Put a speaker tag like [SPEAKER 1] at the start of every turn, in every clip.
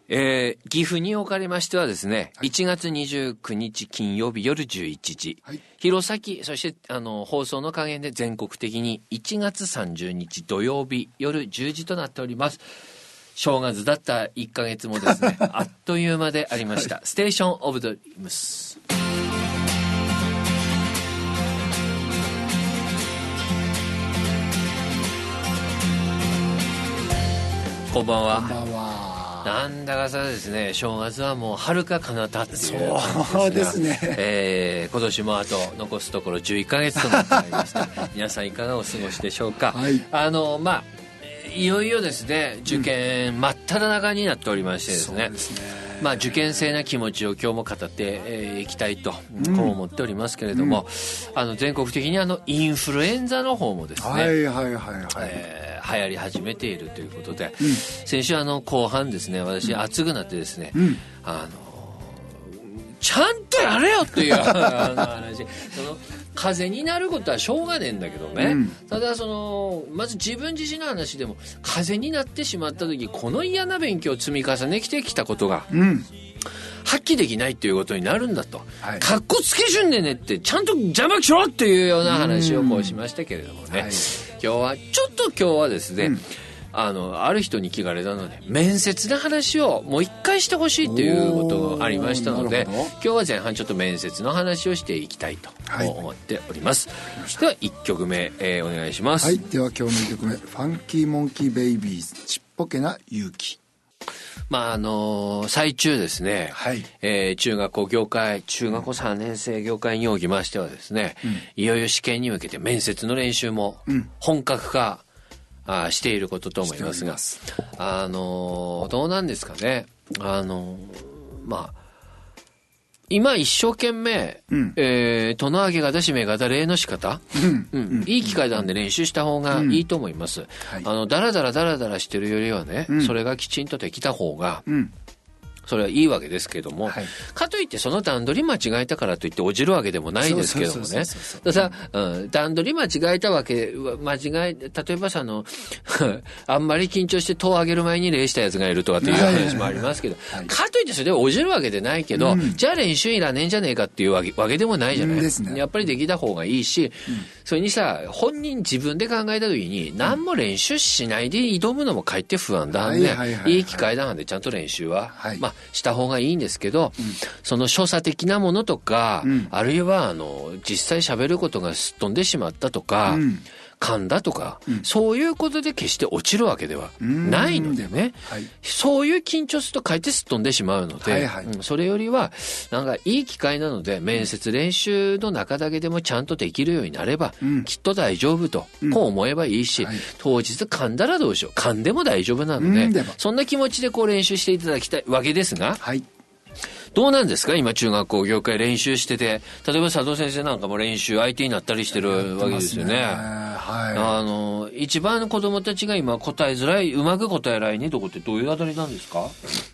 [SPEAKER 1] 岐阜におかれましてはですね、1月29日金曜日夜11時、弘前、そして放送の加減で全国的に1月30日土曜日夜10時となっております。正月だった1ヶ月もですねあっという間でありました、ステーションオブドリームス。こんばんは。こんばんは。なんだかさですね、正月はもう遥か彼方っていう感じですが、
[SPEAKER 2] そうですね、
[SPEAKER 1] 今年もあと残すところ11ヶ月となってまいりました皆さんいかがお過ごしでしょうか。いよいよですね、受験真っ只中になっておりましてですね、受験生な気持ちを今日も語っていきたいとこう思っておりますけれども、全国的にインフルエンザの方もですね、流行り始めているということで、先週後半ですね、私熱くなってですね、ちゃんとやれよっていう話風邪になることはしょうがねえんだけどね、ただまず自分自身の話でも、風邪になってしまった時、この嫌な勉強を積み重ねてきたことが、発揮できないっていうことになるんだと、かっこつけ順でねってちゃんと邪魔しろっていうような話をこうしましたけれどもね、今日はですね、ある人に聞かれたので面接の話をもう一回してほしいということがありましたので、今日は前半ちょっと面接の話をしていきたいと思っております、では1曲目、お願いします。
[SPEAKER 2] では今日の1曲目、ファンキーモンキーベイビーズ、ちっぽけな勇気。
[SPEAKER 1] 最中ですね、中学校3年生業界におきましてはですね、いよいよ試験に向けて面接の練習も本格化していることと思いますが、どうなんですかね、今一生懸命、戸の上げ方、締め方、礼の仕方、いい機会なんで練習した方がいいと思います。だらだらしてるよりはね、それがきちんとできた方が、それはいいわけですけども、かといってその段取り間違えたからといって落ちるわけでもないですけどもね。段取り間違えたわけ、例えばあんまり緊張して戸を上げる前に礼したやつがいるとかっていう話もありますけど、かといってそれで落ちるわけでないけど、じゃあ練習いらねえんじゃねえかっていうわけでもないじゃない。やっぱりできた方がいいし、それに本人自分で考えた時に何も練習しないで挑むのもかえって不安だんで、いい機会だなんでちゃんと練習は、した方がいいんですけど、その所作的なものとか、あるいは実際喋ることがすっ飛んでしまったとか、噛んだとか、そういうことで決して落ちるわけではないのでね、そういう緊張するとかえってすっ飛んでしまうので、それよりはなんかいい機会なので、面接練習の中だけでもちゃんとできるようになれば、きっと大丈夫と、こう思えばいいし、当日噛んだらどうしよう、噛んでも大丈夫なので、そんな気持ちでこう練習していただきたいわけですが、どうなんですか、今中学校業界練習してて、例えば佐藤先生なんかも練習相手になったりしてるわけですよね。一番子供たちが今答えづらい、うまく答えられないとこってどういうあたりなんですか？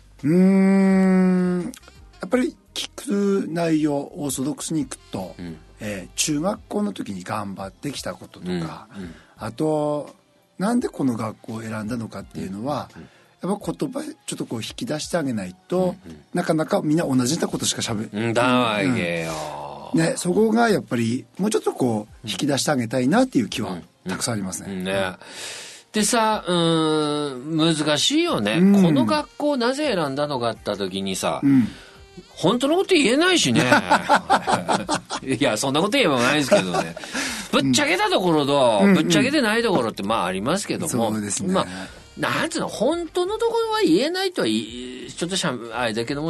[SPEAKER 2] やっぱり聞く内容、オーソドックスにいくと、中学校の時に頑張ってきたこととか、あとなんでこの学校を選んだのかっていうのは、やっぱ言葉ちょっとこう引き出してあげないと、なかなかみんな同じなことしか喋る
[SPEAKER 1] だわけよ、
[SPEAKER 2] そこがやっぱりもうちょっとこう引き出してあげたいなっていう気はたくさんありますね。
[SPEAKER 1] で難しいよね、この学校なぜ選んだのかって時に本当のこと言えないしねいやそんなこと言えばないですけどねぶっちゃけたところと、ぶっちゃけてないところってありますけども、
[SPEAKER 2] そうですね、
[SPEAKER 1] なんつうの、本当のところは言えないとはちょっとあれだけども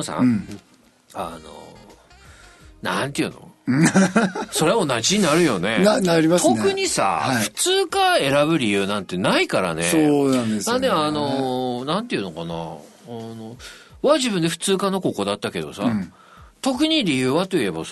[SPEAKER 1] なんていうのそれは同じになるよね。
[SPEAKER 2] なりますね。
[SPEAKER 1] 特に普通科選ぶ理由なんてないからね。
[SPEAKER 2] そうなんですよね。
[SPEAKER 1] なんでなんていうのかな、は自分で普通科の高校だったけど特に理由はといえば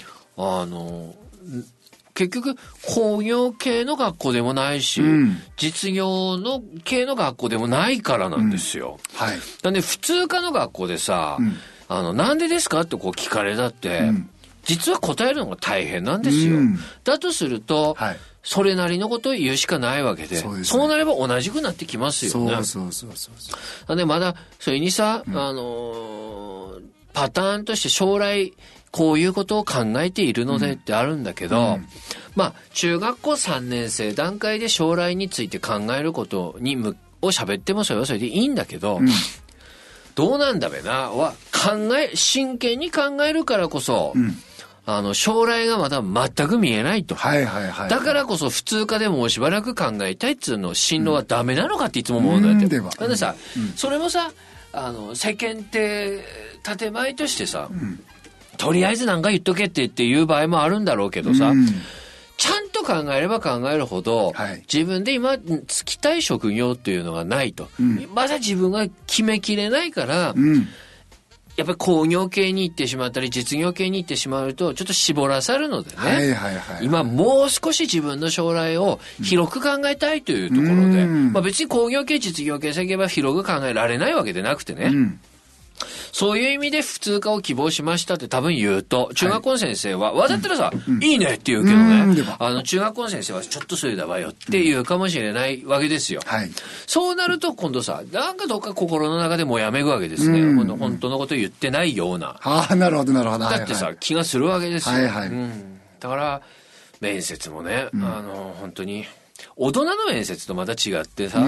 [SPEAKER 1] 結局工業系の学校でもないし、実業の系の学校でもないからなんですよ。なんで普通科の学校でなんでですかってこう聞かれたって、実は答えるのが大変なんですよ。だとすると、 それなりのことを言うしかないわけで、そうですね、そうなれば同じくなってきますよね。そうでまだそれにさ、パターンとして将来こういうことを考えているのでってあるんだけど、まあ中学校3年生段階で将来について考えることを喋ってもそれはそれでいいんだけど、どうなんだべなは真剣に考えるからこそ、将来がまだ全く見えないと。だからこそ普通科でもしばらく考えたいっつうの進路はダメなのかっていつも思うんだよって。なんでさ、それもさ、世間って建前としてさ、とりあえずなんか言っとけっていう場合もあるんだろうけどさ、ちゃんと考えれば考えるほど、自分で今就きたい職業っていうのがないと、まだ自分が決めきれないから、やっぱり工業系に行ってしまったり実業系に行ってしまうとちょっと絞らされるのでね、今もう少し自分の将来を広く考えたいというところで、まあ別に工業系実業系先へば広く考えられないわけでなくてね、そういう意味で普通科を希望しましたって多分言うと、中学校の先生は、わざったらさ、いいねって言うけどね、中学校の先生はちょっとそれだわよって言うかもしれないわけですよ。そうなると今度さ、なんかどっか心の中でもやめぐわけですね。本当のこと言ってないような。
[SPEAKER 2] なるほどなるほど。
[SPEAKER 1] だってさ、気がするわけですよ。だから、面接もね、本当に、大人の面接とまた違ってさ、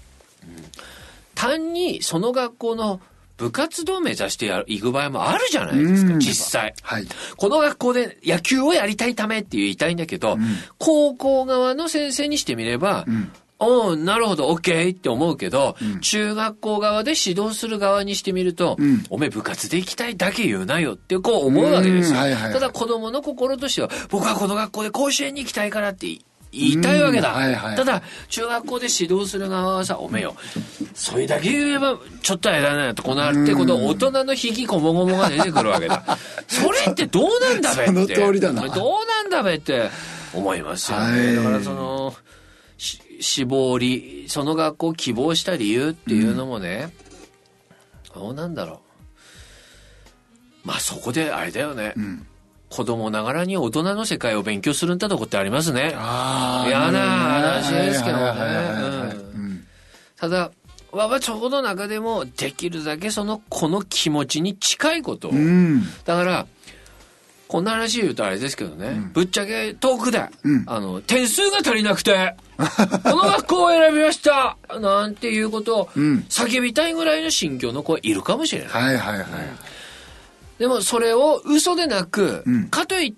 [SPEAKER 1] 単にその学校の部活動を目指して行く場合もあるじゃないですか、実際。この学校で野球をやりたいためって言いたいんだけど、高校側の先生にしてみれば、なるほど、OK って思うけど、中学校側で指導する側にしてみると、おめえ部活で行きたいだけ言うなよってこう思うわけですよ。ただ子供の心としては、僕はこの学校で甲子園に行きたいからって言いたいわけだ。ただ中学校で指導する側はさ、おめえよそれだけ言えばちょっとやらないとこうなって、この大人の引きこもごもが出てくるわけだ。それってどうなんだべって、
[SPEAKER 2] その通りだな。
[SPEAKER 1] どうなんだべって思いますよね。だからその絞り、その学校を希望した理由っていうのもね、どうなんだろう。まあそこであれだよね、子供ながらに大人の世界を勉強するんだとこってありますね。嫌な話ですけどね。ただちょうど中でもできるだけこの気持ちに近いことを、だからこんな話言うとあれですけどね、ぶっちゃけ遠くで、点数が足りなくてこの学校を選びましたなんていうことを叫びたいぐらいの心境の子はいるかもしれない。でもそれを嘘でなく、かといって、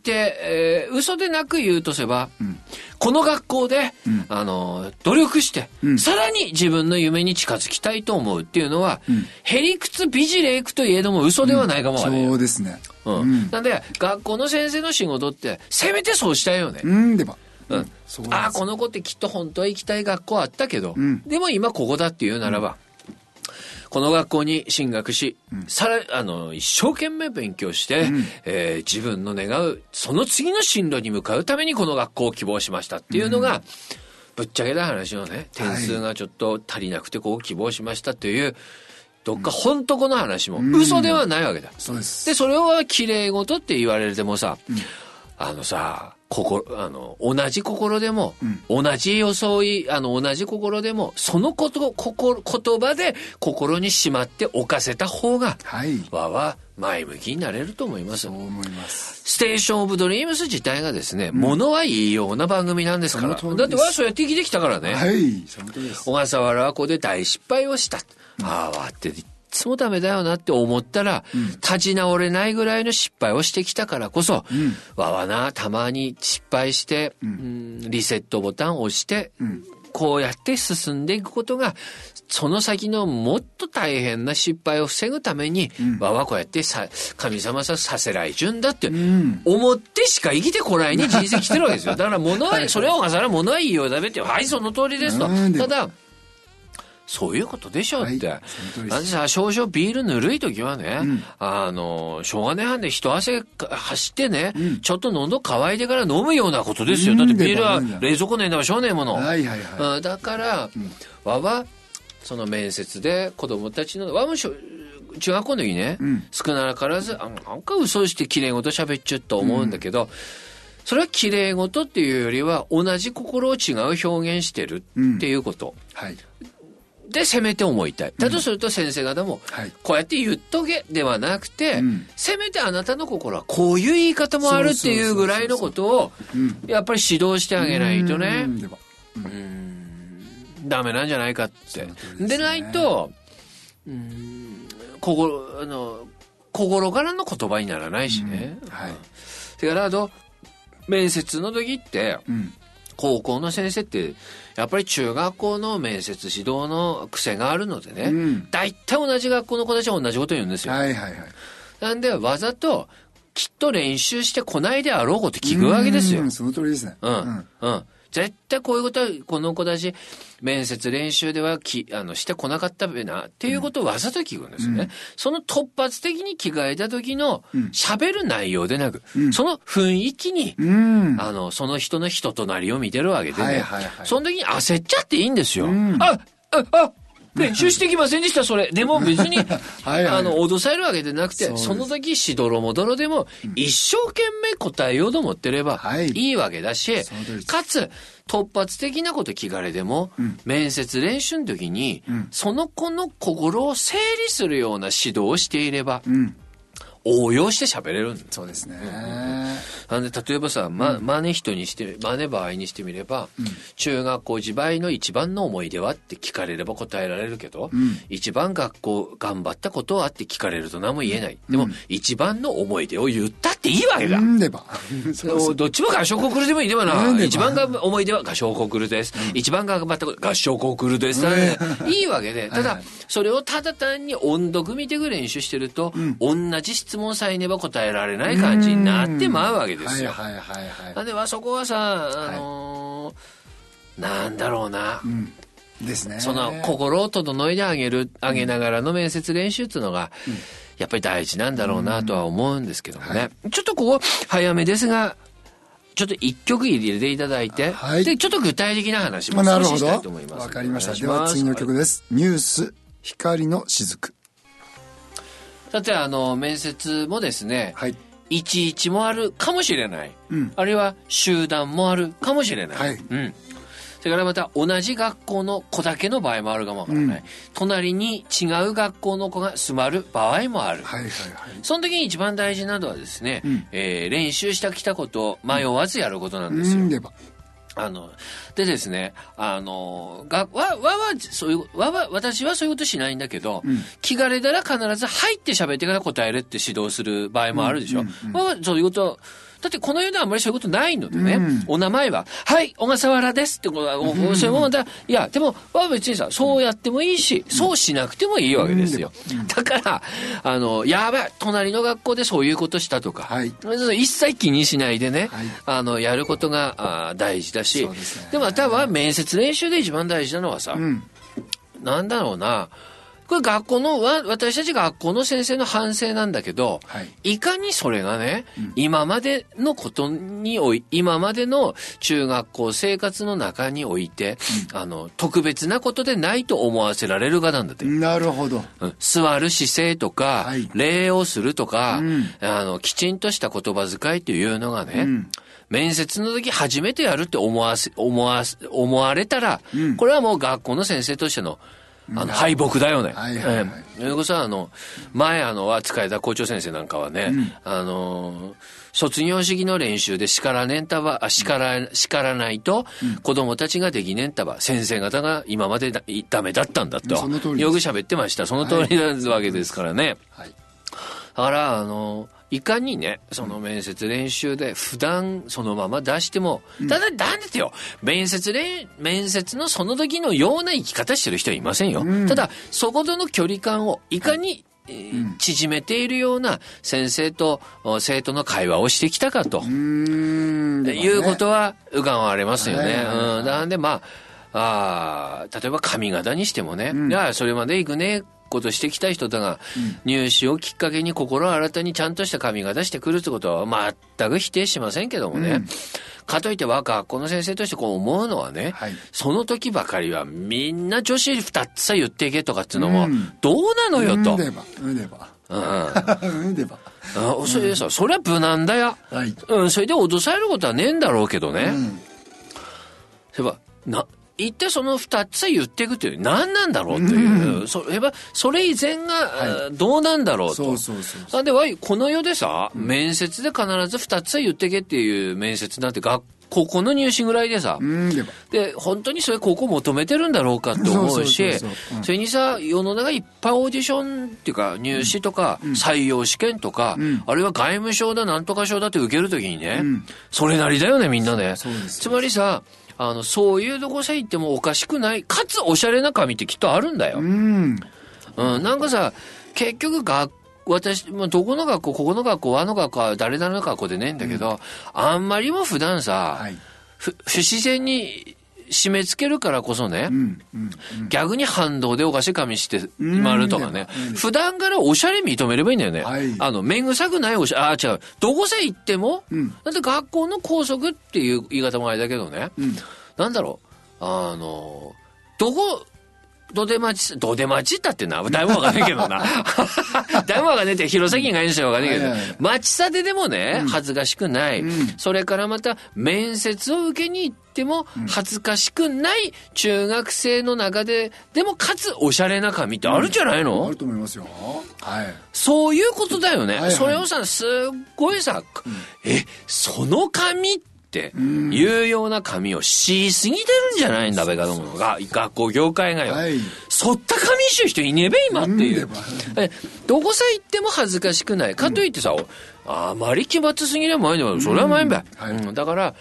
[SPEAKER 1] 嘘でなく言うとせば、この学校で、努力して、さらに自分の夢に近づきたいと思うっていうのは、へりくつ美辞麗句といえども嘘ではないかもわね。
[SPEAKER 2] そうですね。
[SPEAKER 1] なんで学校の先生の仕事ってせめてそうしたいよね。この子ってきっと本当は行きたい学校あったけど、でも今ここだっていうならば、この学校に進学し、一生懸命勉強して、自分の願うその次の進路に向かうためにこの学校を希望しましたっていうのが、ぶっちゃけた話のね、点数がちょっと足りなくてこう希望しましたというどっか本当の話も嘘ではないわけだ。でそれを綺麗事って言われてもさ、同じ心でも、同じ装い、同じ心でも、その言葉で心にしまって置かせた方が、は前向きになれると思います。
[SPEAKER 2] そう思います。
[SPEAKER 1] ステーションオブドリームス自体がですね、ものはいいような番組なんですから。だってそうやって生きてきたからね。
[SPEAKER 2] その通りです。
[SPEAKER 1] 小笠原はここで大失敗をした。っていつもダメだよなって思ったら、立ち直れないぐらいの失敗をしてきたからこそ、たまに失敗して、リセットボタンを押して、こうやって進んでいくことが、その先のもっと大変な失敗を防ぐために、こうやって神様させらい順だって思ってしか生きてこないに人生来てるわけですよ。だからそれを小笠原物はいいよだべって、その通りですと。ただ、そういうことでしょって。なんでさ、少々ビールぬるい時はね、しょうがねえはんで一汗走ってね、ちょっと喉乾いてから飲むようなことですよ。だってビールは冷蔵庫ねえんだわしょうねえもの。だから、その面接で子供たちの、も中学校の時ね、少なからず、なんか嘘して綺麗事喋っちゃうと思うんだけど、 それは綺麗事っていうよりは同じ心を違う表現してるっていうこと、
[SPEAKER 2] はい、
[SPEAKER 1] でせめて思いたい。だとすると先生方もこうやって言っとけではなくて、せめてあなたの心はこういう言い方もあるっていうぐらいのことをやっぱり指導してあげないとね、ダメなんじゃないかって。でないと心からの言葉にならないしね。それからあと面接の時って、高校の先生ってやっぱり中学校の面接指導の癖があるのでね、大体同じ学校の子たちは同じこと言うんですよ。なんでわざときっと練習してこないであろうこと聞くわけですよ。
[SPEAKER 2] その通りですね。
[SPEAKER 1] 絶対こういうことはこの子たち面接練習ではしてこなかったべなっていうことをわざと聞くんですよね。その突発的に着替えた時の喋る内容でなく、その雰囲気に、その人の人となりを見てるわけでね、その時に焦っちゃっていいんですよ。練習してきませんでしたそれでも別に脅されるわけでなくて、その時しどろもどろでも一生懸命答えようと思ってればいいわけだし、かつ突発的なこと聞かれても、面接練習の時にその子の心を整理するような指導をしていれば、応用して喋れるんだ。
[SPEAKER 2] そうですね。
[SPEAKER 1] なんで例えばさ、真似場合にしてみれば、中学校時代の一番の思い出はって聞かれれば答えられるけど、一番学校頑張ったことはって聞かれると何も言えない。でも、一番の思い出を言ったっていいわけだ。どっちも合唱コンクールでもいいでもな。一番が思い出は合唱コンクールです。一番頑張ったこと合唱コンクールです。いいわけで、ただそれをただ単に音読見てく練習してると、同じ質問さえねば答えられない感じになってまうわけですよ。なんでそこはさ、なんだろうな、
[SPEAKER 2] ですね。
[SPEAKER 1] その心を整えてあげながらの面接練習っていうのがやっぱり大事なんだろうなとは思うんですけどもね。ちょっとここ早めですが、ちょっと一曲入れていただいて、でちょっと具体的な話も少ししたいと思います。
[SPEAKER 2] わかりました。では次の曲です。ニュース光の雫。
[SPEAKER 1] さて面接もですね、11もあるかもしれない、あるいは集団もあるかもしれない、それからまた同じ学校の子だけの場合もあるかもわからない、隣に違う学校の子が住まる場合もある、その時に一番大事なのはですね、練習してきたことを迷わずやることなんですよ。でですね、私はそういうことしないんだけど、聞かれたら必ず入って喋ってから答えるって指導する場合もあるでしょ。そういうことだってこの世ではあんまりそういうことないのでね、お名前ははい小笠原ですってことはそういうものだ。いやでも別にさそうやってもいいし、そうしなくてもいいわけですよ。だからやばい隣の学校でそういうことしたとか、一切気にしないでね、やることが大事だし、でも多分面接練習で一番大事なのはさ、なんだろうな、これ私たち学校の先生の反省なんだけど、いかにそれがね、今までの中学校生活の中において、特別なことでないと思わせられるかなんだって。
[SPEAKER 2] なるほど。
[SPEAKER 1] 座る姿勢とか、礼をするとか、きちんとした言葉遣いというのがね、面接の時初めてやるって思われたら、これはもう学校の先生としての敗北だよね。それこそ前扱えた校長先生なんかはね、卒業式の練習で叱らないと、子供たちができねんたば先生方が今までダメだったんだとよく喋ってました。その通りなわけですからね。だからいかにね、その面接練習で普段そのまま出しても、ただなんですよ、面接のその時のような生き方してる人はいませんよ。ただそことの距離感をいかに縮めているような先生と生徒の会話をしてきたかということは伺われますよね。なんで例えば髪型にしてもね、いやそれまで行くねことしてきた人だが、入試をきっかけに心新たにちゃんとした髪が出してくるってことは全く否定しませんけどもね。かといっては学校の先生としてこう思うのはね、その時ばかりはみんな女子2つさ言っていけとかっていうのもどうなのよと。それでさ、そりゃ無難だよ。それで脅されることはねえんだろうけどね。そういえば一体その2つ言っていくという何なんだろうという、それ以前がどうなんだろうと。なんでこの世でさ、面接で必ず2つ言っていけっていう面接なんて高校の入試ぐらいでさ、で本当にそれ高校求めてるんだろうかって思うし、それにさ、世の中いっぱいオーディションっていうか入試とか採用試験とか、あるいは外務省だなんとか省だって受けるときにね、それなりだよねみんなね。つまりさ、そういうとこさ行ってもおかしくない、かつおしゃれな髪ってきっとあるんだよ。なんかさ、結局私、どこの学校、ここの学校、あの学校、誰々の学校でねえんだけど、あんまりも普段さ、不自然に締め付けるからこそね、逆に反動でおかしい髪して回るとかね、普段からおしゃれ認めればいいんだよね。面臭くないおしゃれ、違う。どこさ行っても、だって学校の校則っていう言い方もあれだけどね、なんだろう、どで待ちったってな、だいぶわかんないけどな。だいぶわかんないって弘前がいいんですよ、わかんないけど。待ちさででもね、恥ずかしくない。それからまた、面接を受けに行っても、恥ずかしくない中学生の中で、でもかつおしゃれな髪ってあるんじゃないの？
[SPEAKER 2] あると思いますよ。
[SPEAKER 1] そういうことだよね。それをさ、すっごいさ、その髪っていうような髪をしすぎてるんじゃないんだべかと思うのが、学校業界がよ、そった髪しゅう人いねえべ今っていう、どこさ行っても恥ずかしくないかといってさ、あまり奇抜すぎれば前でもそれは前べ、だから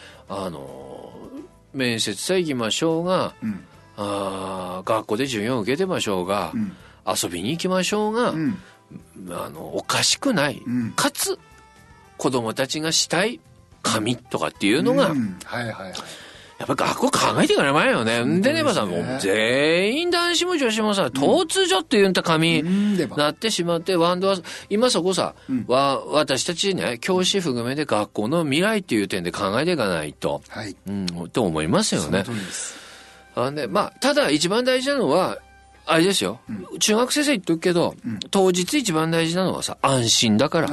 [SPEAKER 1] 面接さ行きましょうが、学校で授業を受けてましょうが、遊びに行きましょうが、おかしくない、かつ子供たちがしたい髪とかっていうのが、やっぱ学校考えていかない前よね。でねばさ、もう全員男子も女子もさ、突如って言った髪なってしまって、今そこさ、私たちね、教師含めで学校の未来っていう点で考えていかないと、と思いますよね。ただ一番大事なのは、あれですよ、中学生言っとくけど、当日一番大事なのはさ、安心だから、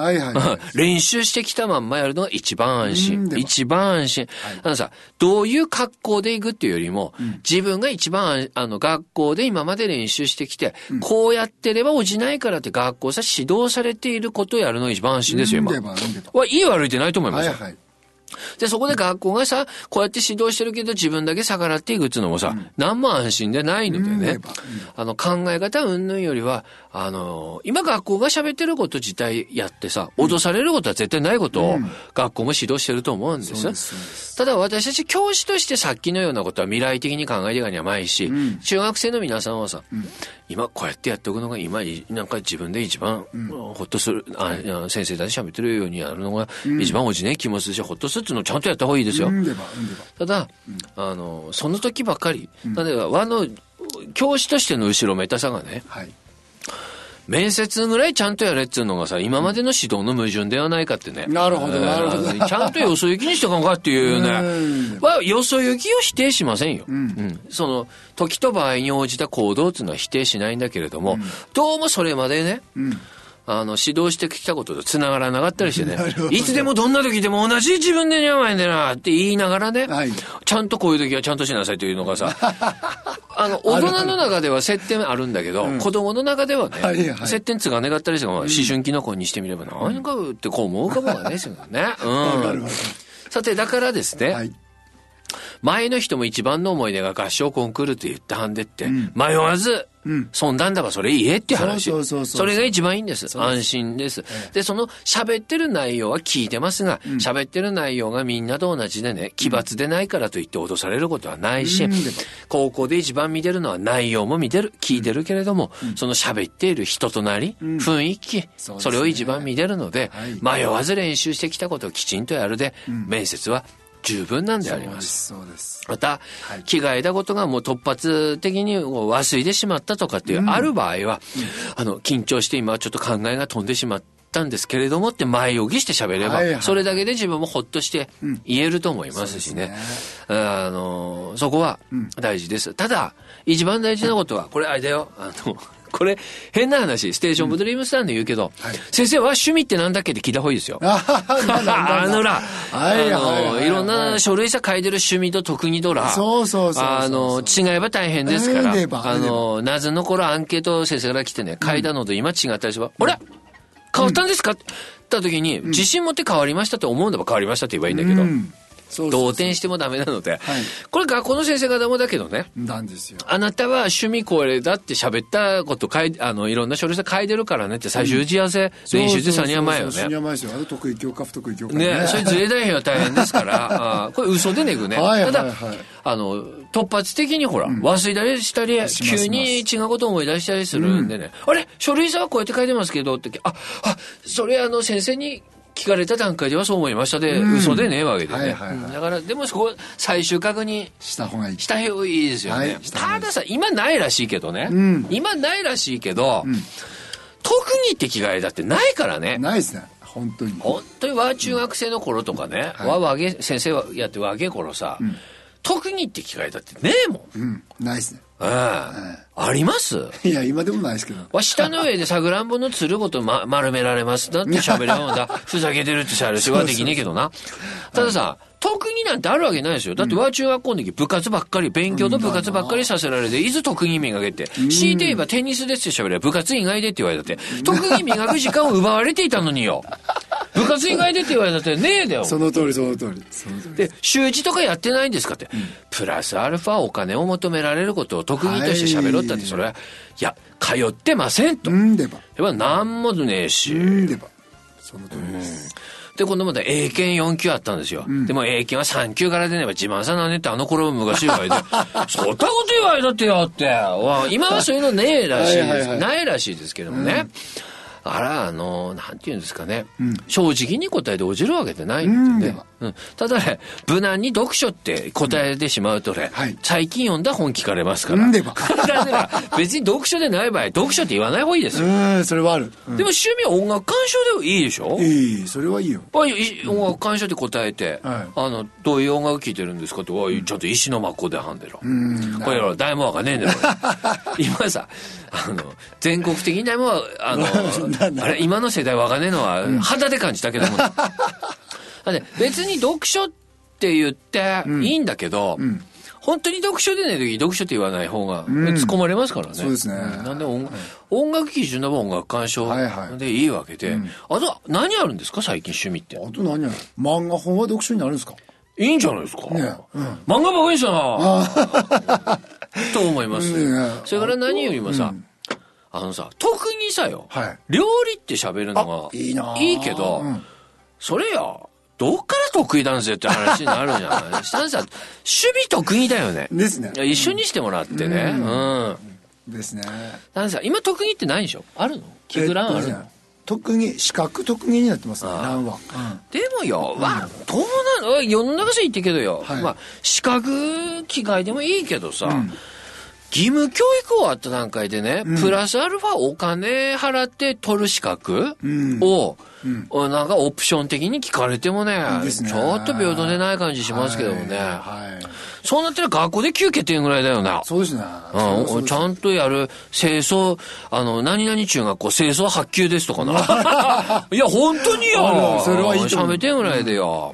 [SPEAKER 1] 練習してきたまんまやるのが一番安心、一番安心。さ、どういう格好で行くっていうよりも、自分が一番学校で今まで練習してきて、こうやってれば落ちないからって学校さ指導されていることをやるのが一番安心ですよ今。いい悪いってないと思いますよ。で、そこで学校がさ、こうやって指導してるけど自分だけ逆らっていくっていうのもさ、何も安心でないのでね、考え方云々よりは、今学校が喋ってること自体やってさ、脅されることは絶対ないことを学校も指導してると思うんです。ただ私たち教師としてさっきのようなことは未来的に考えていかにはまいし、中学生の皆さんはさ、今こうやってやっておくのが今なんか自分で一番ほっとする、先生たち喋ってるようにやるのが一番おじね気持ちでしょ、ほっとするっていうのをちゃんとやった方がいいですよ。ただその時ばかり、例えば教師としての後ろめたさがね、面接ぐらいちゃんとやれっていうのがさ、今までの指導の矛盾ではないかってね。
[SPEAKER 2] なるほど、なるほど。
[SPEAKER 1] ちゃんとよそ行きにしてかんかっていうね。よそ行きを否定しませんよ。その、時と場合に応じた行動っていうのは否定しないんだけれども、どうもそれまでね、指導してきたことと繋がらなかったりしてね、いつでもどんな時でも同じ自分でやばいんだなって言いながらね、ちゃんとこういう時はちゃんとしなさいというのがさ、大人の中では接点あるんだけど、子供の中ではね、接点つが願ったりしても、思春期の子にしてみれば何かってこう思うかもがないですよね。さて、だからですね、前の人も一番の思い出が合唱コンクールって言ったはんでって、迷わず、そんなんだばそれ言えっていう話。それが一番いいんです。安心です。で、その喋ってる内容は聞いてますが、喋ってる内容がみんなと同じでね、奇抜でないからといって脅されることはないし、高校で一番見てるのは内容も見てる、聞いてるけれども、その喋っている人となり、雰囲気、それを一番見てるので、迷わず練習してきたことをきちんとやるで、面接は十分なんであります。
[SPEAKER 2] そうです。
[SPEAKER 1] また、着替えたことがもう突発的に忘れてしまったとかっていう、ある場合は、緊張して今ちょっと考えが飛んでしまったんですけれどもって前置きして喋れば、それだけで自分もほっとして言えると思いますしね。そこは大事です。ただ、一番大事なことは、これあれだよ、これ、変な話、ステーションブドリームスタンで言うけど、先生は趣味ってなんだっけって聞いた方がいいですよ。いろんな書類さ書いてる趣味と特技とら、違えば大変ですから、夏の頃アンケート先生から来てね、書いたのと今違ったりすれば、あれ変わったんですかって言った時に、自信持って変わりましたって思うんだば変わりましたって言えばいいんだけど、動転してもダメなので、これ学校の先生方もだけどね、
[SPEAKER 2] なんですよ。
[SPEAKER 1] あなたは趣味これだって喋ったこといろんな書類で書いてるからねって最終打ち合わせ、練習で3人前よね。
[SPEAKER 2] 3人前ですよ。得意教科不得意教科
[SPEAKER 1] ね。それずれ大変は大変ですから、これ嘘でねぐね。ただ、突発的にほら、忘れたりしたり、急に違うことを思い出したりするんでね、あれ書類さはこうやって書いてますけどって、それ先生に聞かれた段階ではそう思いましたで、嘘でねえわけでね。だから、でもそこ最終確認
[SPEAKER 2] した方がいい。
[SPEAKER 1] した方がいいですよね。たださ、今ないらしいけどね。今ないらしいけど、特技って着替えだってないからね。
[SPEAKER 2] ないですね。本当に。
[SPEAKER 1] 本当に和中学生の頃とかね、先生はやって若い頃さ、特技って着替えだってねえもん。
[SPEAKER 2] ないですね。
[SPEAKER 1] あります？
[SPEAKER 2] いや、今でもないですけど。
[SPEAKER 1] 下の上でさくらんぼのつるごと、丸められますだって喋ればんだ。ふざけてるってしゃべるしはできねえけどな。たださ、特技なんてあるわけないですよ。だって中学校の時部活ばっかり、勉強と部活ばっかりさせられて、いつ特技磨けって。強いて言えばテニスですって喋れば部活以外でって言われたって。特技磨く時間を奪われていたのによ。部活以外でって言われたってねえだよ。
[SPEAKER 2] その通り。
[SPEAKER 1] で、習字とかやってないんですかって。プラスアルファお金を求められることを特技として喋ろったって、それは、いや、通ってませんと。では何もねえし。
[SPEAKER 2] その通りです。
[SPEAKER 1] で、今度また英検4級あったんですよ。でも英検は3級から出ねば自慢さなんねって頃昔言われて、そんなこと言われたってよって。今はそういうのねえらしいです。ないらしいですけどもね。なんていうんですかね、正直に答えて落ちるわけでないんでね。ただね、無難に読書って答えてしまうとね、最近読んだ本聞かれますから。別に読書でない場合、読書って言わない方がいいですよ。
[SPEAKER 2] それはある。
[SPEAKER 1] でも趣味は音楽鑑賞でもいいでしょ？
[SPEAKER 2] それはいいよ。
[SPEAKER 1] 音楽鑑賞って答えて、どういう音楽聴いてるんですかって、ちゃんと石の真っ向ではんでろ。これ誰もわかんねえんだよ。今さ、全国的にでも、今の世代わかんねえのは肌で感じたけども。別に読書って言っていいんだけど、本当に読書でない時に読書って言わない方が突っ込まれますからね。
[SPEAKER 2] そうですね。
[SPEAKER 1] なんで音楽基準の音楽鑑賞でいいわけで、あと何あるんですか最近趣味って。
[SPEAKER 2] あと何ある？漫画本は読書になるんですか？
[SPEAKER 1] いいんじゃないですか。漫画ばかりしたなと思います。それから何よりもさ、特にさよ、料理って喋るのがいいけど、それよ、どっから得意なんですよって話になるじゃない。したらさ、趣味得意だよね。
[SPEAKER 2] ですね。
[SPEAKER 1] 一緒にしてもらってね。
[SPEAKER 2] ですね。
[SPEAKER 1] なんさ、今得意ってないでしょ？あるの？聞く欄あるの？
[SPEAKER 2] 特技、資格特技になってますね、欄は。
[SPEAKER 1] でもよ、どうなの？世の中さ言ってけどよ。資格機会でもいいけどさ、義務教育終わった段階でね、プラスアルファお金払って取る資格を、なんかオプション的に聞かれてもね、ちょっと平等でない感じしますけどもね。そうなったら学校で9欠点ぐらいだよな。
[SPEAKER 2] そうですね。
[SPEAKER 1] ちゃんとやる清掃、何々中学校清掃8級ですとかな。いや、本当によ。
[SPEAKER 2] それはいいと思う。
[SPEAKER 1] 3点ぐらいでよ。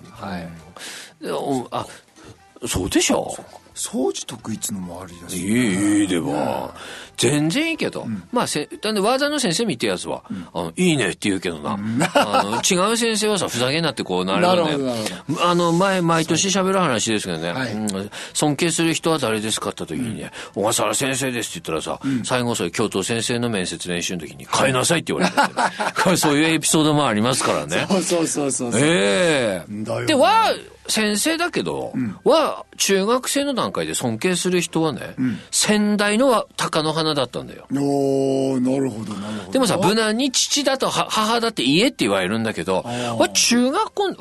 [SPEAKER 1] そうでしょ。
[SPEAKER 2] 掃除得意っつのもありだし、
[SPEAKER 1] いいでは、全然いいけど、まあなんで技の先生見てやつは、いいねって言うけどな、違う先生はさふざけんなってこうなるよね。毎年喋る話ですけどね、尊敬する人は誰ですかって時にね、小笠原先生ですって言ったらさ、最後それ教頭先生の面接練習の時に変えなさいって言われて、ね、そういうエピソードもありますからね。
[SPEAKER 2] そう。
[SPEAKER 1] で先生だけど、中学生の段階で尊敬する人はね、先代の鷹の花だったんだよ。
[SPEAKER 2] なるほど。
[SPEAKER 1] でもさ、無難に父だと母だって言えって言われるんだけど、中学校は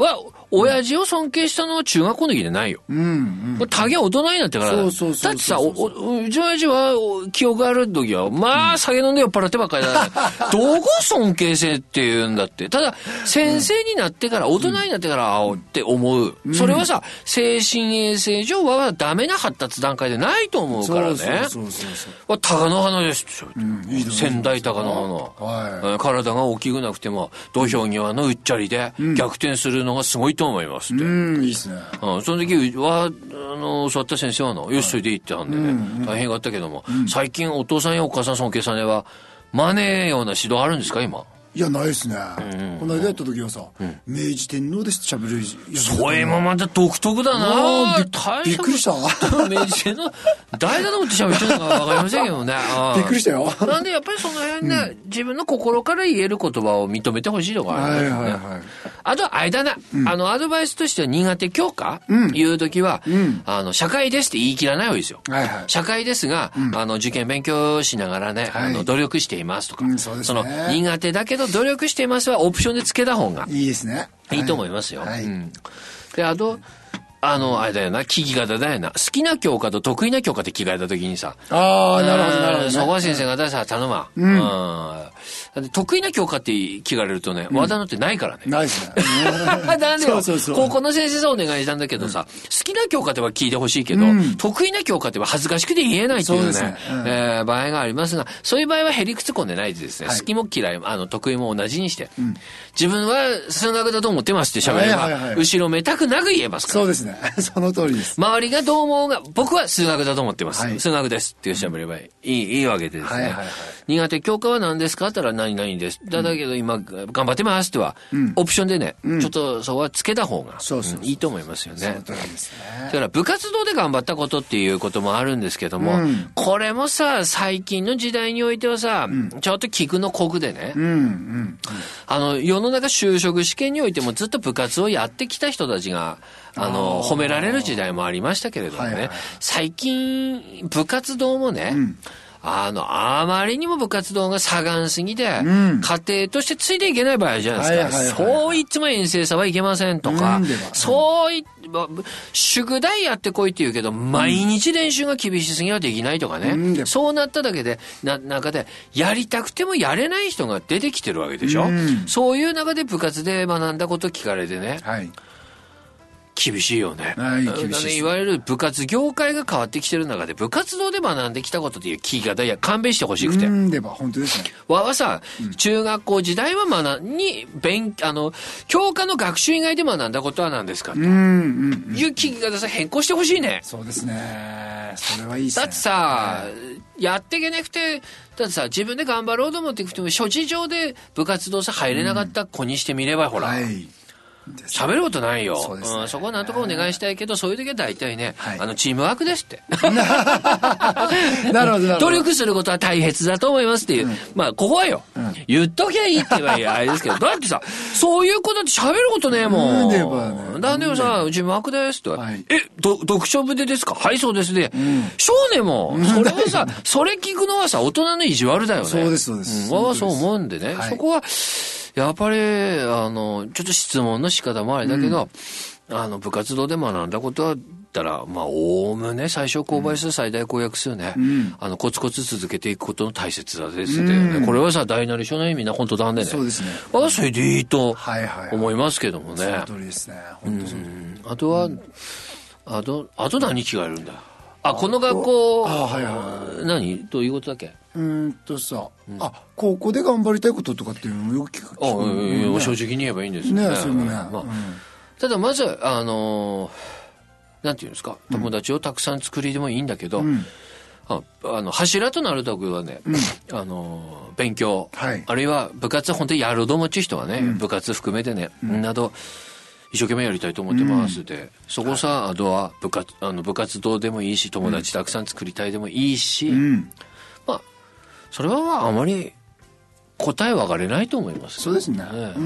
[SPEAKER 1] 親父を尊敬したのは中学校の時でないよ。タゲ大人になってからだ。だってさ、うちの親父は記憶ある時は、まあ酒飲んで酔っ払ってばっかりだね。どこ尊敬せって言うんだって。ただ、先生になってから、大人になってから会おうって思う。それはさ、精神衛生上はダメな発達段階でないと思うからね。鷹の花ですって仙台鷹の花。体が大きくなくても、土俵際のうっちゃりで逆転するのがすごいと思いますって。
[SPEAKER 2] いいっすね。
[SPEAKER 1] その時は、教わった先生はよし、それでいいってあんでね、大変があったけども、最近お父さんやお母さん尊敬さんでは、真似ような指導あるんですか、今。
[SPEAKER 2] いや、ないですね。この間やった時はさ、明治天皇ですって喋るやつ。
[SPEAKER 1] それもまた独特だな。
[SPEAKER 2] びっくりした。
[SPEAKER 1] 明治天皇、誰だと思って喋ってるのかわかりませんけどね。
[SPEAKER 2] びっくりしたよ。
[SPEAKER 1] なんでやっぱりその辺ね、自分の心から言える言葉を認めてほしいとかあるんですね。あとはあれだな、アドバイスとしては苦手教科言う時は、社会ですって言い切らない方がいいですよ。社会ですが、受験勉強しながらね、努力していますとか、その苦手だけど努力していますはオプションでつけた方が
[SPEAKER 2] いいですね。
[SPEAKER 1] いいと思いますよ。で、あと、あれだよな、聞き方だよな。好きな教科と得意な教科って聞かれた時にさ。
[SPEAKER 2] なるほど、なるほど。
[SPEAKER 1] そこは先生方さ、頼むわ。得意な教科って聞かれるとね、和田のってないからね。
[SPEAKER 2] ないですね。
[SPEAKER 1] なんでよ、高校の先生さお願いしたんだけどさ、好きな教科っては聞いてほしいけど、得意な教科っては恥ずかしくて言えないっていうね、場合がありますが、そういう場合はへりくつこんでないでですね、好きも嫌い、得意も同じにして、自分は数学だと思ってますって喋れば、後ろめたくなく言えますから。
[SPEAKER 2] そうですね。その通りです。
[SPEAKER 1] 周りがどう思うが、僕は数学だと思ってます。数学ですって喋ればいいわけでですね。苦手教科は何ですかって言ったら何々です。だけど今頑張ってますっては、オプションでね、ちょっとそこはつけた方がいいと思いますよね。
[SPEAKER 2] その通りですね。
[SPEAKER 1] だから部活動で頑張ったことっていうこともあるんですけども、これもさ、最近の時代においてはさ、ちょっと聞くの酷でね、世の中就職試験においてもずっと部活をやってきた人たちが、褒められる時代もありましたけれどもね、最近部活動もね、あまりにも部活動が盛んすぎて、家庭としてついていけない場合じゃないですか。そういつも遠征さはいけませんとか、そうい宿題やってこいって言うけど、毎日練習が厳しすぎはできないとかね。そうなっただけで、中で、やりたくてもやれない人が出てきてるわけでしょ。そういう中で部活で学んだこと聞かれてね。厳しいよね。厳しい。いわゆる部活業界が変わってきてる中で、部活動で学んできたことっていう聞き方や勘弁してほしくて。
[SPEAKER 2] 本当ですね。
[SPEAKER 1] はさ、中学校時代は教科の学習以外で学んだことは何ですかという聞き方さ、変更してほしいね。
[SPEAKER 2] そうですね。それはいいですね。
[SPEAKER 1] だってさ、やっていけなくて、だってさ、自分で頑張ろうと思っていくとも、諸事情で部活動さ入れなかった子にしてみれば、ほら。喋ることないよ。そこはなんとかお願いしたいけど、そういう時は大体ね、チームワークですって。
[SPEAKER 2] なるほど。
[SPEAKER 1] 努力することは大切だと思いますっていう。ここはよ。言っときゃいいって言えばいいあれですけど、だってさ、そういうことって喋ることねえもん。なんでもさ、チームワークですって。読書部でですか？はい、そうですね。少年も、それはさ、それ聞くのはさ、大人の意地悪だよね。
[SPEAKER 2] そうです、そうです。
[SPEAKER 1] そう思うんでね。そこは、やっぱり、ちょっと質問の仕方もあれだけど、部活動で学んだことは、ったら、おおむね最小公倍数、最大公約数ね、コツコツ続けていくことの大切さですね。これはさ、大なり小なりみんな本当なんでね。
[SPEAKER 2] そうですね。
[SPEAKER 1] それでいいと思いますけどもね。そ
[SPEAKER 2] の通りですね。本当そう。
[SPEAKER 1] あとは、あと何聞かれるんだ。この学校、何どういうことだっけ？
[SPEAKER 2] 高校で頑張りたいこととかっていうのもよく聞く。
[SPEAKER 1] 正直に言えばいいんですね。
[SPEAKER 2] ね、それもね。
[SPEAKER 1] ただまず、なんていうんですか、友達をたくさん作りでもいいんだけど、柱となるところはね、勉強、あるいは部活本当にやると思っちゅう人はね、部活含めてね、など、一生懸命やりたいと思ってますで、そこさ、あとは部活動でもいいし、友達たくさん作りたいでもいいし、それはあまり答え分かれないと思います。
[SPEAKER 2] そうですね。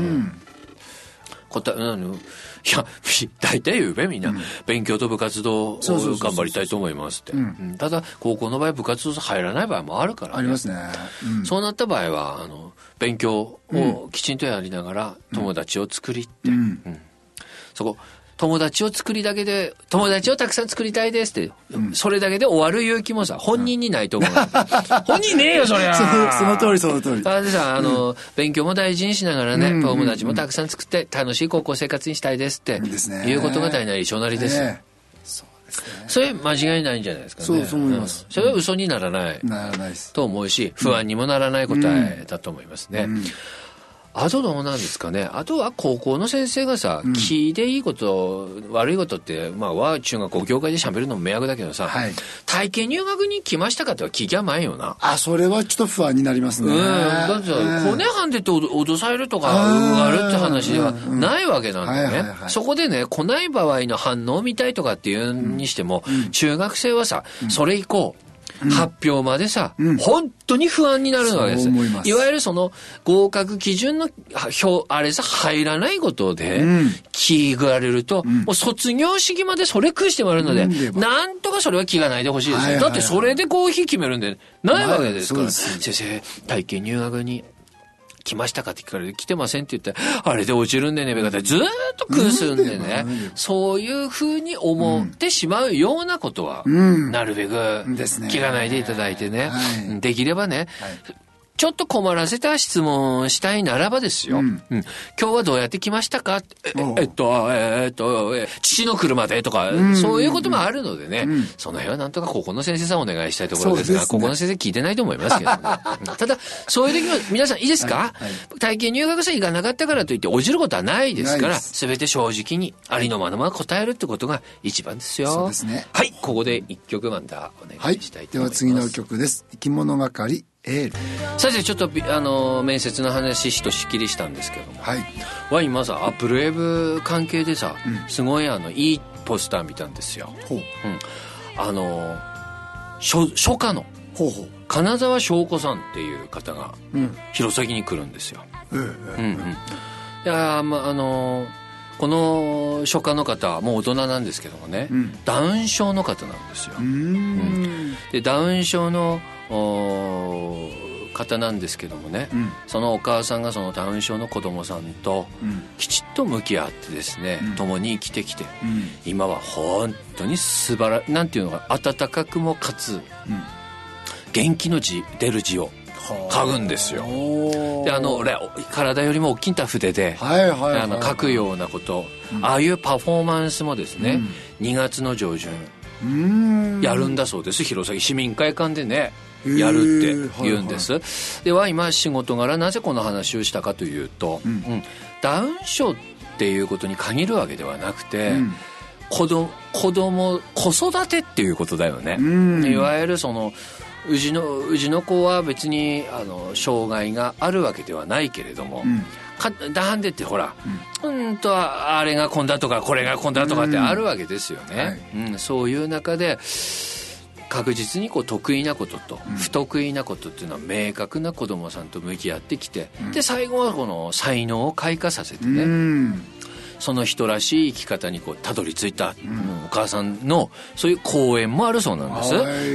[SPEAKER 1] いや、大体言うべみんな、勉強と部活動を頑張りたいと思いますって。ただ、高校の場合部活動入らない場合もあるからね。
[SPEAKER 2] ありますね。
[SPEAKER 1] そうなった場合は、勉強をきちんとやりながら友達を作りって、 そこ友達を作りだけで、友達をたくさん作りたいですって、それだけで終わる勇気もさ、本人にないと思う。本人ねえよ、そりゃ。
[SPEAKER 2] その通り、その通り。
[SPEAKER 1] でさ、勉強も大事にしながらね、友達もたくさん作って楽しい高校生活にしたいですって、いうことが大なり小なりです。そうですね。それ間違いないんじゃないですかね。
[SPEAKER 2] そう思います。
[SPEAKER 1] それは嘘にならない。
[SPEAKER 2] ならないです。
[SPEAKER 1] と思うし、不安にもならない答えだと思いますね。あとどうなんですかね。あとは高校の先生がさ、気でいいこと、悪いことって、まあ、は中学校業界で喋るのも迷惑だけどさ、体験入学に来ましたかっては聞きゃまんよな。
[SPEAKER 2] それはちょっと不安になりますね。
[SPEAKER 1] だってさ、骨はんでって脅されるとか、あるって話ではないわけなんだよね。そこでね、来ない場合の反応を見たいとかっていうにしても、中学生はさ、それ以降、発表までさ、本当に不安になるわけです。いわゆるその合格基準のあれさ、入らないことで、気がられると、もう卒業式までそれ食いしてもらうので、なんとかそれは気がないでほしいですよ。だってそれで合否決めるんでないわけですから。先生、体験入学に来ましたかって聞かれて、来てませんって言って、あれで落ちるんでね、べかずーっと空すんでね、そういう風に思ってしまうようなことは、なるべく聞かないでいただいてね、できればね、ちょっと困らせた質問したいならばですよ。今日はどうやって来ましたか？父の車でとか、そういうこともあるのでね、その辺はなんとかここの先生さんお願いしたいところですが、ここの先生聞いてないと思いますけどね。ただ、そういう時は皆さんいいですか？体験入学生行かなかったからといって落ちることはないですから、すべて正直にありのまま答えるってことが一番ですよ。
[SPEAKER 2] そうですね。
[SPEAKER 1] はい、ここで一曲またお願いしたいと思います。
[SPEAKER 2] では次の曲です。生き物係。
[SPEAKER 1] 先生ちょっと面接の話ひとしきりしたんですけども、今さアップルウェブ関係でさ、すごいいいポスター見たんですよ。初夏の金沢翔子さんっていう方が弘前に来るんですよ。いやこの初夏の方はもう大人なんですけどもね、ダウン症の方なんですよ。でダウン症の方なんですけどもね、そのお母さんがそのダウン症の子供さんときちっと向き合ってですね、共に生きてきて、今は本当になんていうのか、温かくもかつ、元気の出る字を書くんですよ。で体よりも大きな筆で書くようなこと、ああいうパフォーマンスもですね、2月の上旬やるんだそうです。弘前市民会館でねやるって言うんです。では今仕事柄なぜこの話をしたかというと、ダウン症っていうことに限るわけではなくて、子育てっていうことだよね。いわゆるそのうちの子は別に障害があるわけではないけれども、だんでってほら、あれがこんだとかこれがこんだとかってあるわけですよね。そういう中で確実に得意なことと不得意なことっていうのは明確な子供さんと向き合ってきて、で最後はこの才能を開花させてね、その人らしい生き方にたどり着いた、お母さんのそういう講演もあるそうなんです。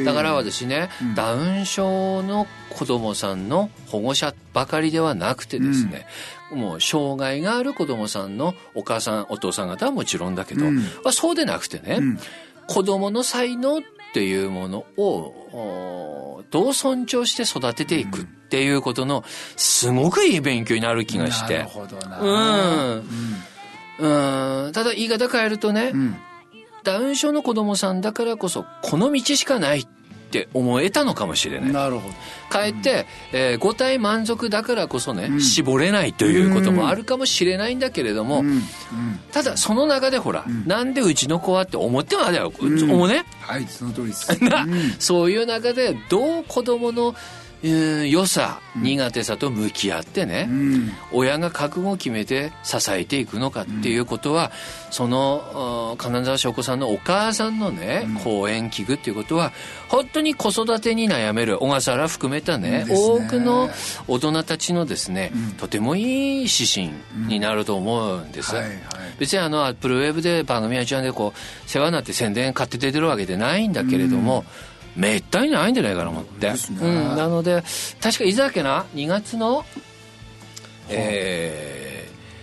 [SPEAKER 1] だから私ね、ダウン症の子供さんの保護者ばかりではなくてですね、もう障害がある子供さんのお母さんお父さん方はもちろんだけど、そうでなくてね、子供の才能っていうものをどう尊重して育てていくっていうことのすごくいい勉強になる気がして。なるほどな。ただ言い方変えるとね、ダウン症の子供さんだからこそこの道しかないって思えたのかもしれない。
[SPEAKER 2] なるほど。
[SPEAKER 1] かえって、五体満足だからこそね、絞れないということもあるかもしれないんだけれども、ただその中でほら、なんでうちの子はって思ってまでは、思うね。
[SPEAKER 2] はい、その通りです。
[SPEAKER 1] そういう中でどう子供の良さ、苦手さと向き合ってね、親が覚悟を決めて支えていくのかっていうことは、その金沢翔子さんのお母さんのね、講演聞くっていうことは本当に子育てに悩める小笠原含めたね、多くの大人たちのですね、とてもいい指針になると思うんです。別にアップルウェブで番組やちゃんで世話になって宣伝買って出てるわけでないんだけれども、めったにないんじゃないかなと思って、なので確かいつだっけな、2月の、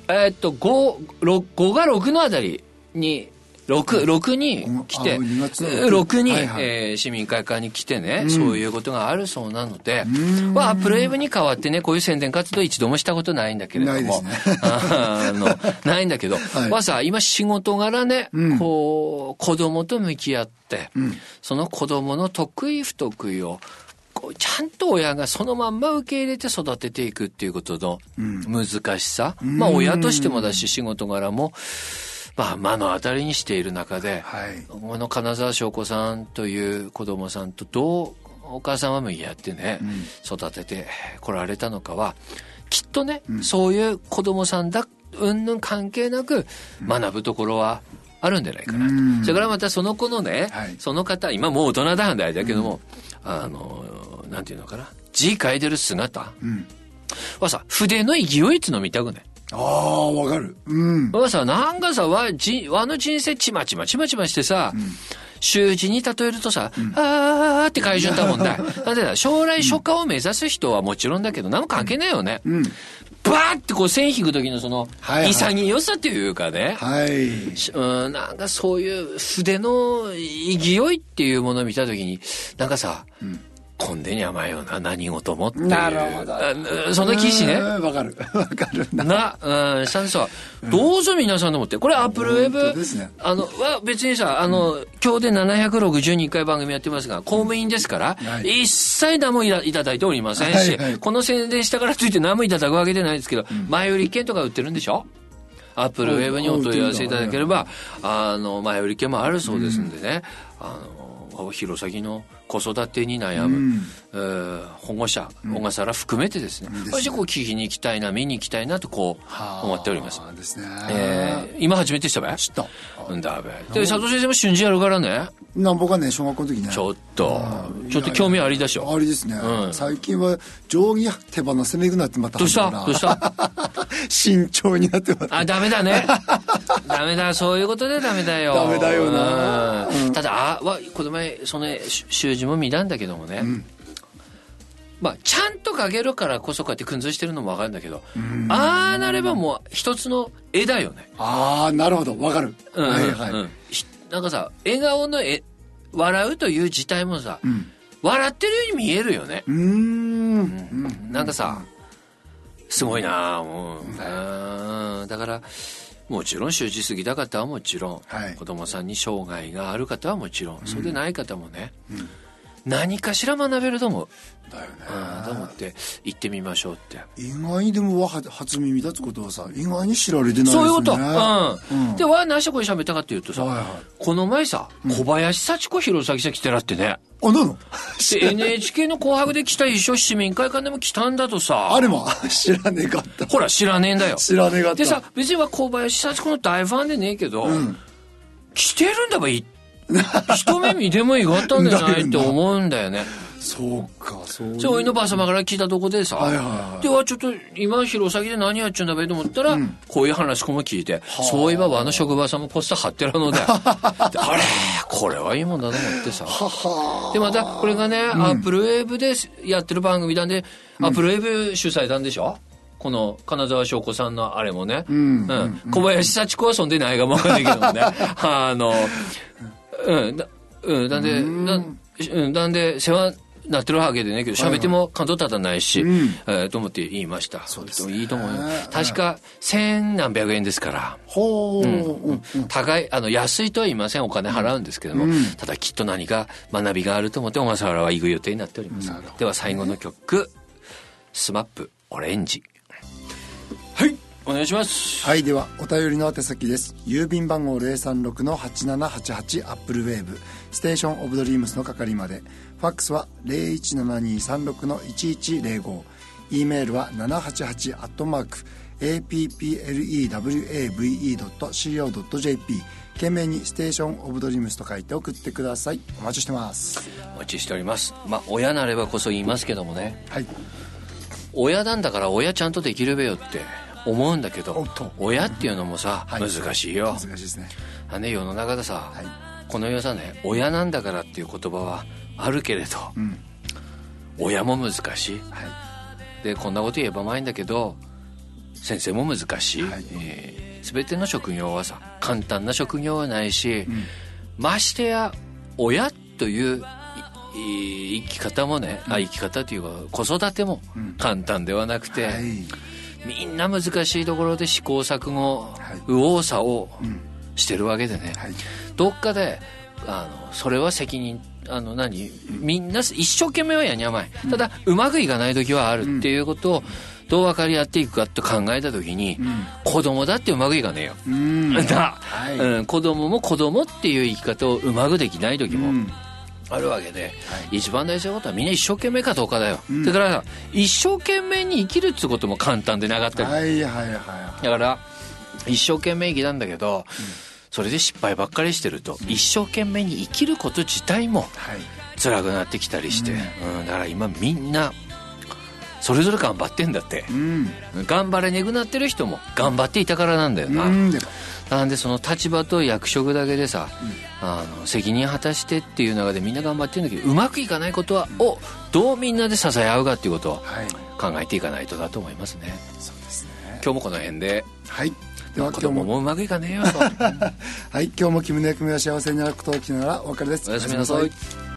[SPEAKER 1] 5が6のあたりに6に来て、6に、はいはい、市民会館に来てね、そういうことがあるそうなので、アップルウェブに代わってね、こういう宣伝活動一度もしたことないんだけれども、ないですね。ないんだけど、はい、さ、今仕事柄ね、こう、子供と向き合って、その子供の得意不得意を、ちゃんと親がそのまんま受け入れて育てていくっていうことの難しさ、親としてもだし仕事柄も目の当たりにしている中で、はい、この金沢翔子さんという子供さんとどうお母さんは向き合ってね、育ててこられたのかはきっとね、そういう子供さんだうんぬん関係なく学ぶところはあるんじゃないかなと。それからまたその子のね、はい、その方今もう大人だんだけども、なんていうのかな、字書いてる姿はさ、筆の勢いっつの見たくね。
[SPEAKER 2] ああ、わかる。
[SPEAKER 1] さ、なんかさ、和の人生ちまちましてさ、習字に例えるとさ、あーって回順だもんだ。なんでだ、将来書家を目指す人はもちろんだけど、何も関係ないよね。バーってこう線引く時のその潔さというかね、なんかそういう筆の勢いっていうものを見た時に、なんかさ、根底に甘いような何事もっていう。なるほど。その記事ね。
[SPEAKER 2] わかる
[SPEAKER 1] な。したんですわ。どうぞ皆さんと思って。これアップルウェブ、は別にさ、今日で762回番組やってますが、公務員ですから、一切何もいただいておりませんし、この宣伝したからといって何もいただくわけじゃないですけど、前売り券とか売ってるんでしょ？アップルウェブにお問い合わせいただければ、前売り券もあるそうですんでね、弘前の子育てに悩む、保護者、小笠原含めてですね、私こう聞きに行きたいな、見に行きたいなとこう思っております。ですね。今初めてしたべ？
[SPEAKER 2] 知った。
[SPEAKER 1] んだべ。で、佐藤先生も瞬時やるからね。
[SPEAKER 2] 僕はね、小学校の時ね。
[SPEAKER 1] ちょっと興味ありだしょ。
[SPEAKER 2] ありですね。最近は定規手放せなくなってまた。
[SPEAKER 1] どうした
[SPEAKER 2] 慎重になってます。
[SPEAKER 1] ダメだね。ダメだ、そういうことでダメだよ。
[SPEAKER 2] ダメだよな。
[SPEAKER 1] ただ、この前、その習字も見たんだけどもね。ちゃんと描けるからこそこうやって訓図してるのもわかるんだけど、なればもう一つの絵だよね。
[SPEAKER 2] なるほど、わかる。
[SPEAKER 1] なんかさ、笑顔の笑うという自体もさ、笑ってるように見えるよね。なんかさ、すごいなぁ。だから、もちろん習字過ぎた方はもちろん、子供さんに障害がある方はもちろん、そうでない方もね、何かしら学べると思う。だよね。と思って行ってみましょうって。
[SPEAKER 2] 意外にでも初耳立つことはさ、意外に知られてないですね。
[SPEAKER 1] そういうこと。で、何してこれ喋ったかっていうとさ、この前さ、小林幸子弘前さん来てらってね。
[SPEAKER 2] なの
[SPEAKER 1] ？NHK の紅白で来た一緒、市民会館でも来たんだとさ。
[SPEAKER 2] あれも知らねえかった。
[SPEAKER 1] ほら、知らねえんだよ。
[SPEAKER 2] 知らねえかった。
[SPEAKER 1] でさ、別には小林幸子の大ファンでねえけど、来てるんだばいい。一目見てもいいかったんじゃないって思うんだよね。
[SPEAKER 2] そうか、そういう。
[SPEAKER 1] おいのばあ様から聞いたとこでさ、ではちょっと今弘前で何やっちゃうんだべと思ったら、こういう話も聞いて、そういえば職場さんもポスター貼ってるので、あれこれはいいもんだと思ってさ。でまたこれがね、アップルウェーブでやってる番組なんで、アップルウェーブ主催なんでしょ。この金沢翔子さんのあれもね、小林幸子はそんでないがもわかんないけどもね、なんで世話なってるわけでねけど、喋っても関東立たないし、と思って言いました。そうですね。いいと思うよ。確か千何百円ですから。高い、安いとは言いません。お金払うんですけども、ただきっと何か学びがあると思って小笠原は行く予定になっております。では最後の曲、スマップオレンジ。はい。お願いします。
[SPEAKER 2] はい、ではお便りの宛先です。郵便番号 036-8788 アップルウェーブステーションオブドリームスの係まで。ファックスは 017236-1105。 E メールは 788-applewave.co.jp。 懸命にステーションオブドリームスと書いて送ってください。お待ちしてます。
[SPEAKER 1] お待ちしております。親なればこそ言いますけどもね、
[SPEAKER 2] はい、
[SPEAKER 1] 親なんだから親ちゃんとできるべよって思うんだけど、親っていうのもさ、難しいよ。
[SPEAKER 2] 難しいですね。
[SPEAKER 1] 世の中でさ、この世さね、親なんだからっていう言葉はあるけれど、親も難しい、でこんなこと言えばまいんだけど、 先生も難しい、全ての職業はさ簡単な職業はないし、ましてや親という生き方もね、生き方というか子育ても簡単ではなくて、みんな難しいところで試行錯誤、右往左往してるわけでね、どっかでそれは責任みんな一生懸命はやにゃまい、ただうまくいかない時はあるっていうことをどう分かり合っていくかと考えた時に、子供だってうまくいかねえよ、子供も子供っていう生き方をうまくできない時もあるわけで、一番大事なことはみんな一生懸命かどうかだよ、だから一生懸命に生きるってことも簡単でなかったり、だから一生懸命生きたんだけど、それで失敗ばっかりしてると、一生懸命に生きること自体も辛くなってきたりして、だから今みんなそれぞれ頑張ってんだって、頑張れねぐなってる人も頑張っていたからなんだよな、なんでその立場と役職だけでさ、責任果たしてっていう中でみんな頑張ってるんだけど、うまくいかないことをどうみんなで支え合うかっていうことを考えていかないとだと思いますね。
[SPEAKER 2] そうですね。
[SPEAKER 1] 今日もこの辺で、
[SPEAKER 2] では
[SPEAKER 1] 子供もうまくいかねえよと
[SPEAKER 2] はい、今日も君の役目を幸せになることを聞きながらお別れです。
[SPEAKER 1] おやすみなさい。